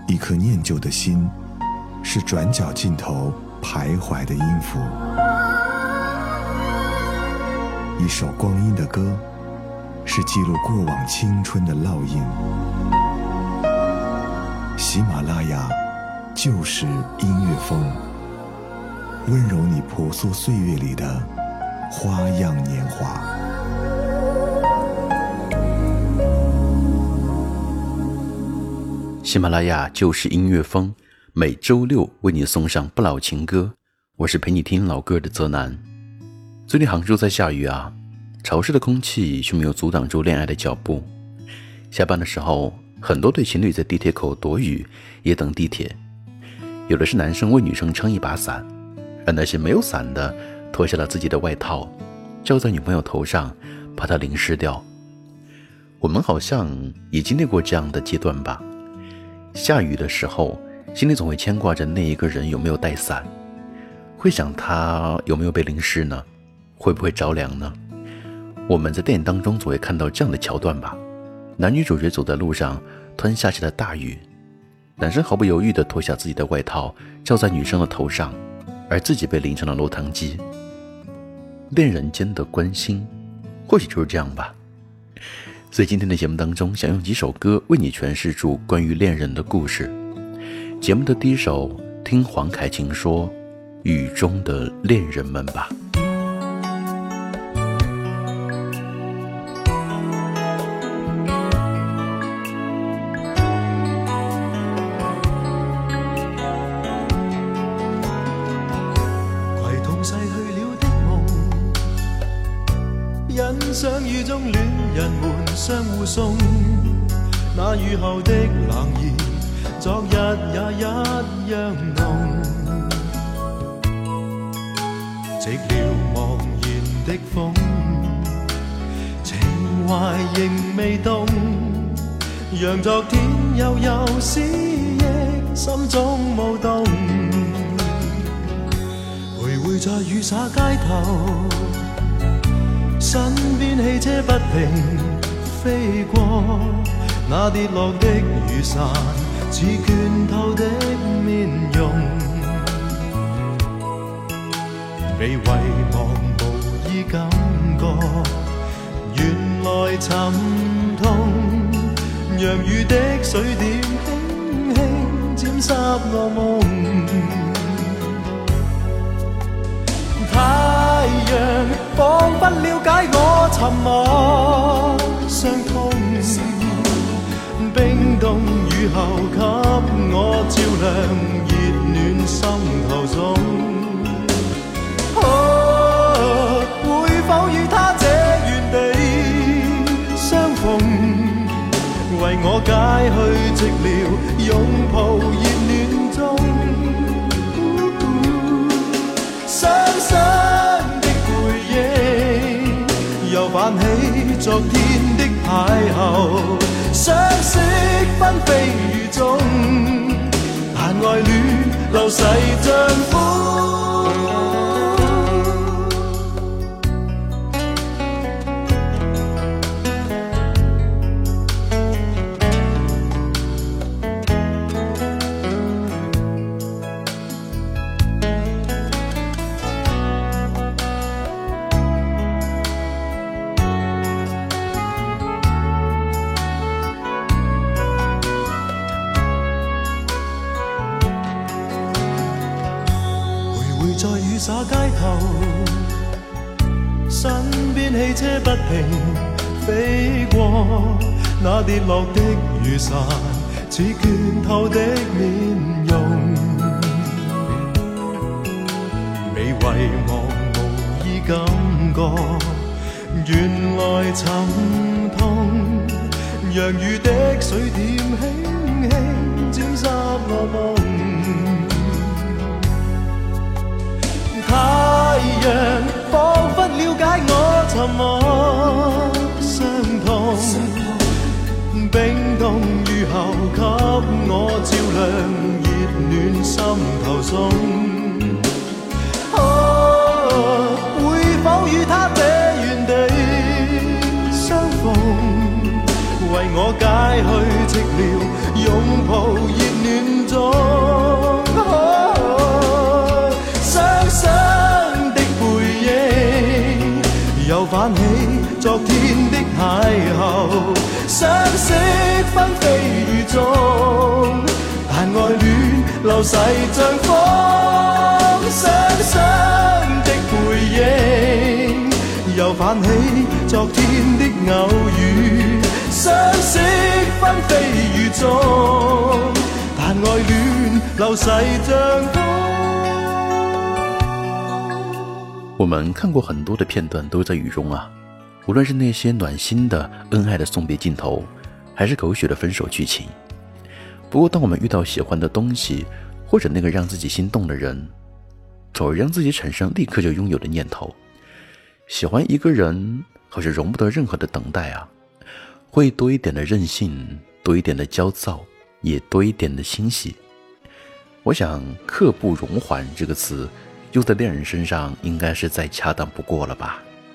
一颗念旧的心，是转角尽头徘徊的音符。一首光阴的歌，是记录过往青春的烙印。喜马拉雅就是音乐风，温柔你婆娑岁月里的花样年华。 喜马拉雅就是音乐风，每周六为你送上不老情歌。我是陪你听老歌的泽南。最近杭州在下雨啊，潮湿的空气却没有阻挡住恋爱的脚步。下班的时候，很多对情侣在地铁口躲雨，也等地铁。有的是男生为女生撑一把伞，而那些没有伞的脱下了自己的外套，罩在女朋友头上，怕她淋湿掉。我们好像也经历过这样的阶段吧。下雨的时候，心里总会牵挂着那一个人有没有带伞，会想他有没有被淋湿呢？会不会着凉呢？我们在电影当中总会看到这样的桥段吧，男女主角走在路上，突然下起了大雨，男生毫不犹豫地脱下自己的外套罩在女生的头上，而自己被淋成了落汤鸡。恋人间的关心或许就是这样吧。所以今天的节目当中，想用几首歌为你诠释出关于恋人的故事。节目的第一首，听黄凯芹说雨中的恋人们吧。 攜同逝去了的夢，欣賞雨中戀人們相互送，那雨後的冷意昨日也一樣濃，寂寥茫然的風，情懷仍未凍，讓昨天悠悠思憶心中舞動，徘徊在雨灑街頭，身邊汽車不停飛過，那跌落的雨傘似倦透的面容，被遺忘無意感覺，原來沉痛，讓雨的水點輕輕沾濕我夢，太陽彷彿了解我沉默傷痛，冰凍雨後給我照亮熱暖心頭中，會否與他這原地相逢，為我解去寂寥，擁抱熱暖中，傷心的回憶又泛起昨天的邂逅，相識紛飛雨中，但愛戀流逝像風。在雨灑街頭，身邊汽車不停飛過，那跌落的雨傘似倦透的面容，被遺忘無意感覺，原來沉痛，讓雨的水點輕輕沾濕我夢，太陽彷彿了解我沉默傷痛，冰凍雨後給我照亮熱暖心頭中，會否與他這原地相逢，為我解去寂寥，擁抱熱暖昨天的邂逅，相識紛飛雨中，但愛戀流逝像風，雙雙的背影又泛起昨天的偶遇，相識紛飛雨中，但愛戀流逝像風。 我们看过很多的片段都在雨中啊，无论是那些暖心的恩爱的送别镜头，还是狗血的分手剧情。不过当我们遇到喜欢的东西，或者那个让自己心动的人，总会让自己产生立刻就拥有的念头。喜欢一个人好像容不得任何的等待啊，会多一点的任性，多一点的焦躁，也多一点的欣喜。我想刻不容缓这个词用在恋人身上应该是再恰当不过了吧。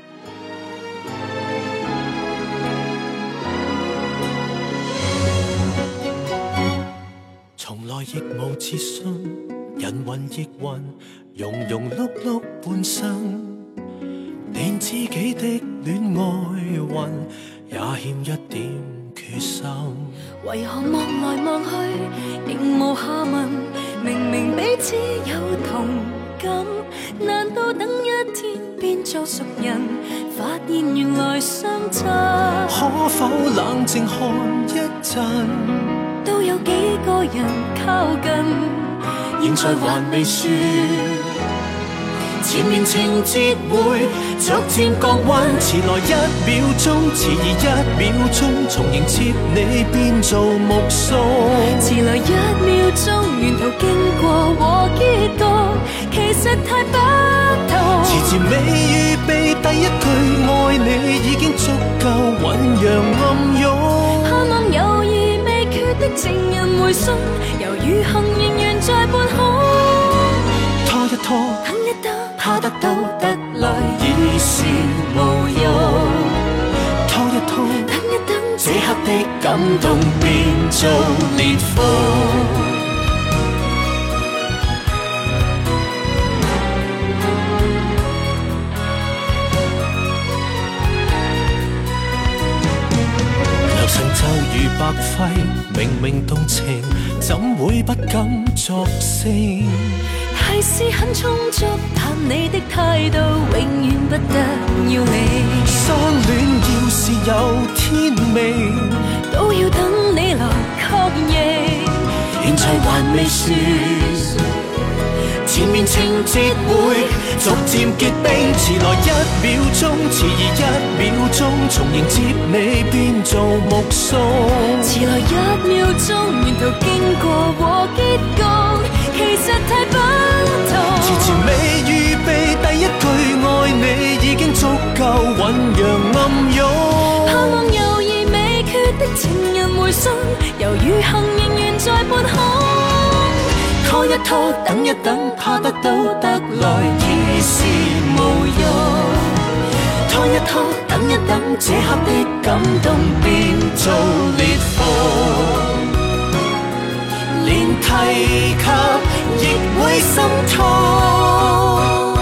從來亦無自信，人云亦云，庸庸碌碌半生，連自己的戀愛運也欠一點決心。 為何望來望去仍無下文，明明彼此有同感，難道等一天變做熟人，發現原來相差？ 可否冷靜看一陣？ 都有幾個人靠近， 現在還未說，前面情節會逐漸降溫，遲來一秒鐘，遲疑一秒鐘，從迎接你變做目送， 遲來一秒鐘，沿途經過和結局其實太不同。 遲遲未預備第一句愛你已經足夠醞釀暗湧， 盼望猶豫未決的情人回信，猶如幸仍然在半空。 拖一拖， 等一等， 怕得到得來已是無用。拖一拖， 等一等， 這刻的感動變做烈風。流神就如白費，明明動情，怎會不敢作聲？ 提示很充足，但你的態度永遠不得要領。 相戀要是有天命， 都要等你來確認。 現在還未說，前面情節會逐漸結冰，遲來一秒鐘，遲疑一秒鐘，從迎接你變做目送， 遲來一秒鐘，沿途經過和結局其實太不同。 遲遲未預備第一句愛你已經足夠醞釀暗湧， 盼望猶豫未決的情人回信，猶如幸仍然在半空。 拖一拖，等一等，怕得到得來已是無用。拖一拖，等一等，這刻的感動變做烈風，連提及亦會心痛。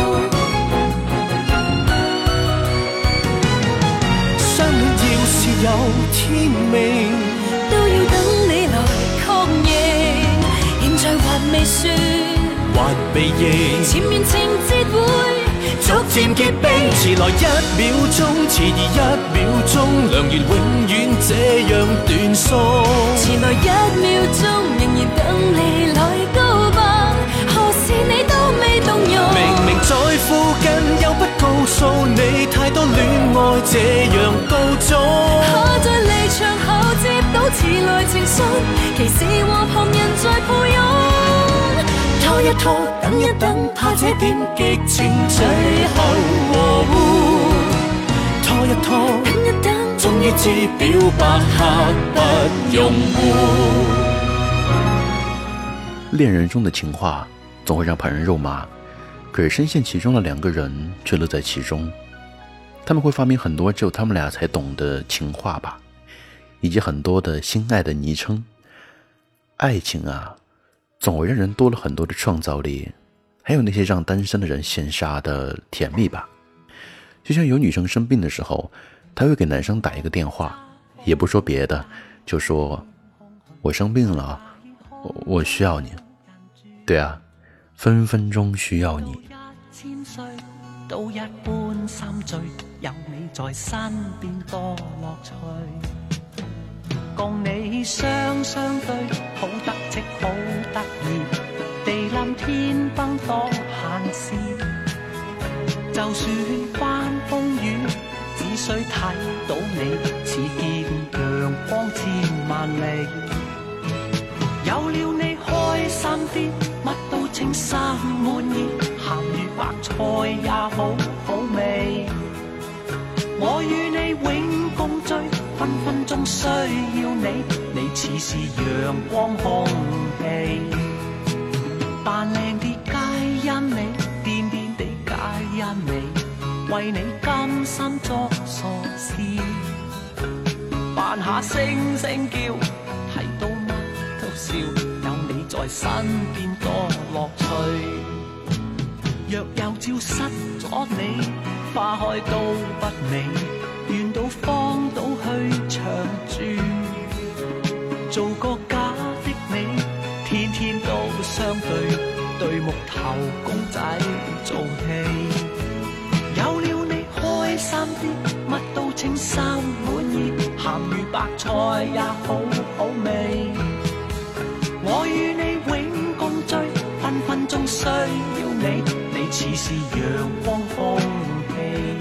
相戀要是有天命， 都要等你來確認。現在還未說， 還未認， 前面情節會逐漸結冰，遲來一秒鐘，遲疑一秒鐘，良緣永遠這樣斷送， 遲來一秒鐘，仍然等你來告白，何時你都未動容。 明明在附近，又不告訴你，太多戀愛這樣告終。 可在離場後接到遲來情信，其時和旁人在抱擁。 拖一拖，等一等，怕這點激情最後和緩。拖一拖， 等一等， 終於知表白刻不容緩。 戀人中的情話總會讓旁人肉麻，可是深陷其中的兩個人卻樂在其中。他們會發明很多只有他們倆才懂的情話吧，以及很多的心愛的昵稱。愛情啊，總會讓人多了很多的創造力，還有那些讓單身的人羨煞的甜蜜吧。就像有女生生病的時候， 他会给男生打一个电话，也不说别的，就说我生病了，我需要你。对啊，分分钟需要你。 都一般心醉，有你在身邊多樂趣。共你雙雙對，好得戚好得意，地冧天崩多閒事。就算翻風雨，只需睇到你，似見陽光千萬里。有了你開心啲，乜都稱心滿意，鹹魚白菜也好好味。我與你永共聚，分分鐘需要你，你似是陽光空氣。扮靚啲皆因你，癲癲地皆因你，為你甘心作傻事。扮下聲聲叫，睇到乜都笑，有你在身邊多樂趣。若有朝失咗你，花開都不美，願到荒島去長住，做個假的你，天天都相對，對木頭公仔做戲。有了你開心啲，乜都稱心滿意，鹹魚白菜也好好味。我與你永共聚，分分鐘需要你，你似是陽光空氣。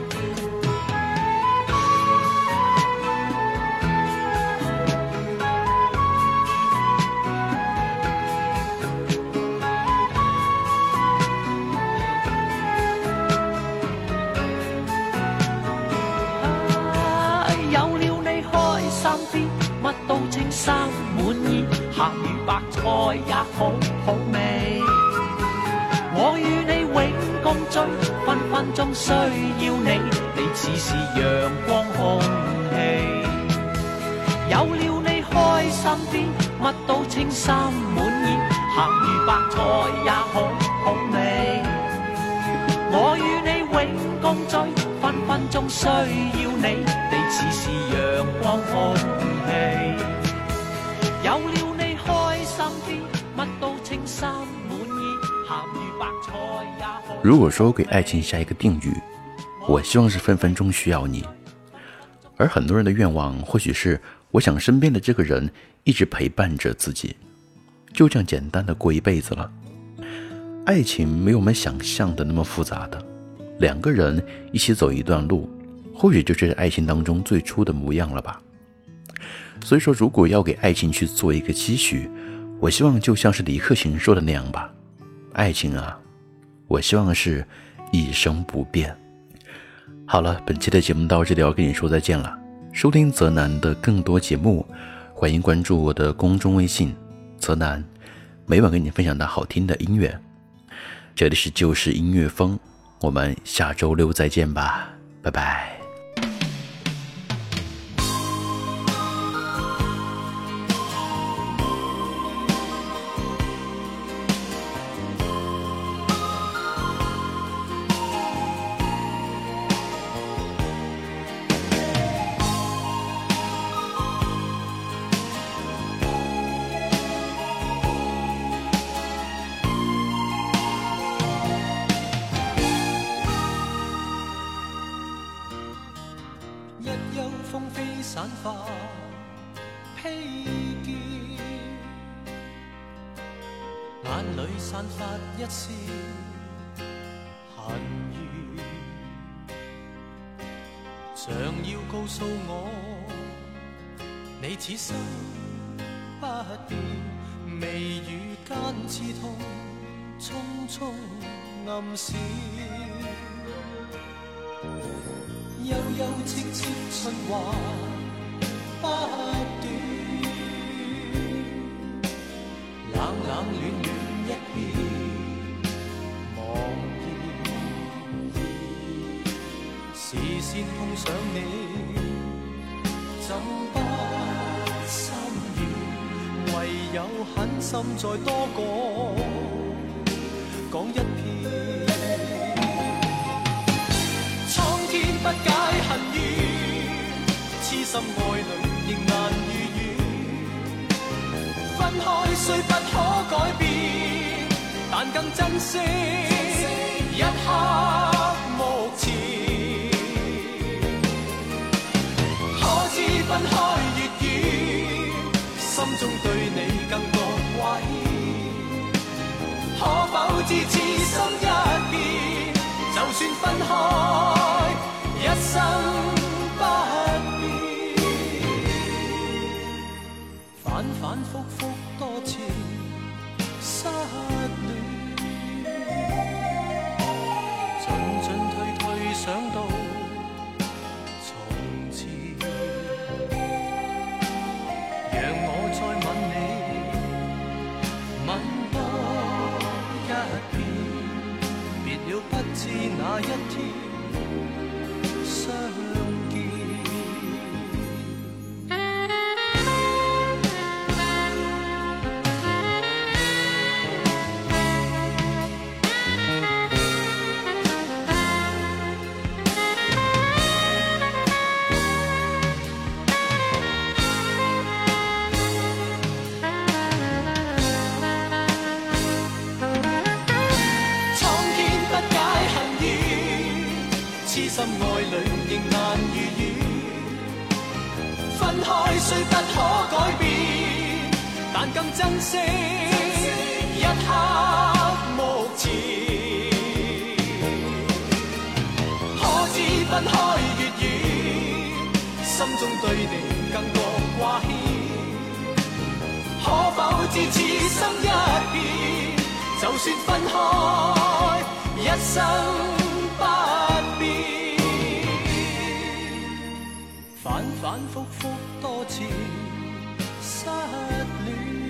有了你開心啲，乜都稱心滿意，鹹魚白菜也好好味。我與你永共聚，分分鐘需要你，你似是陽光空氣。有了你開心啲，乜都稱心滿意，鹹魚白菜也好好味。我與你永共聚，分分鐘需要你，你似是陽光空氣。有了你開心啲，乜都稱心滿意，鹹魚白菜也好。 如果说给爱情下一个定语，我希望是分分钟需要你。而很多人的愿望或许是我想身边的这个人一直陪伴着自己，就这样简单的过一辈子了。爱情没有我们想象的那么复杂的，两个人一起走一段路，或许就是爱情当中最初的模样了吧。所以说，如果要给爱情去做一个期许，我希望就像是李克勤说的那样吧，爱情啊，我希望是一生不变。好了，本期的节目到这里要跟你说再见了。收听泽南的更多节目，欢迎关注我的公众微信泽南，每晚跟你分享的好听的音乐。这里是就是音乐风，我们下周六再见吧，拜拜。 風飛散發披肩，眼裏散發一絲恨怨，想要告訴我，你此生不變，眉宇間刺痛，匆匆暗閃。悠悠戚戚春華不斷，冷冷暖暖一片茫然，視線碰上你，怎不心軟？唯有狠心再多講一遍。不解恨怨， 心愛侶仍難預語。分開雖不可改變，但更珍惜一刻目前。可知分開越遠，心中對你更覺掛牽。可否知此心一變，就算分開一生不變。反反复复多次失戀，進進退退想到從前，讓我再吻你，吻多一遍，別了不知哪一天相見。痴心愛侶仍難預語，分開雖不可改變，但更珍惜一刻目前。可知分開越遠，心中對你更覺掛牽。可否知此心一變，就算分開一生不變。反反复复多次失戀，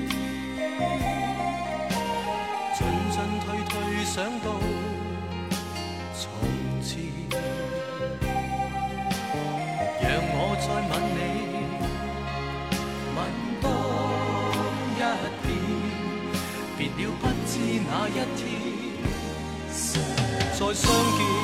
進進退退想到從前，讓我再吻你，吻多一遍，別了不知哪一天再相見。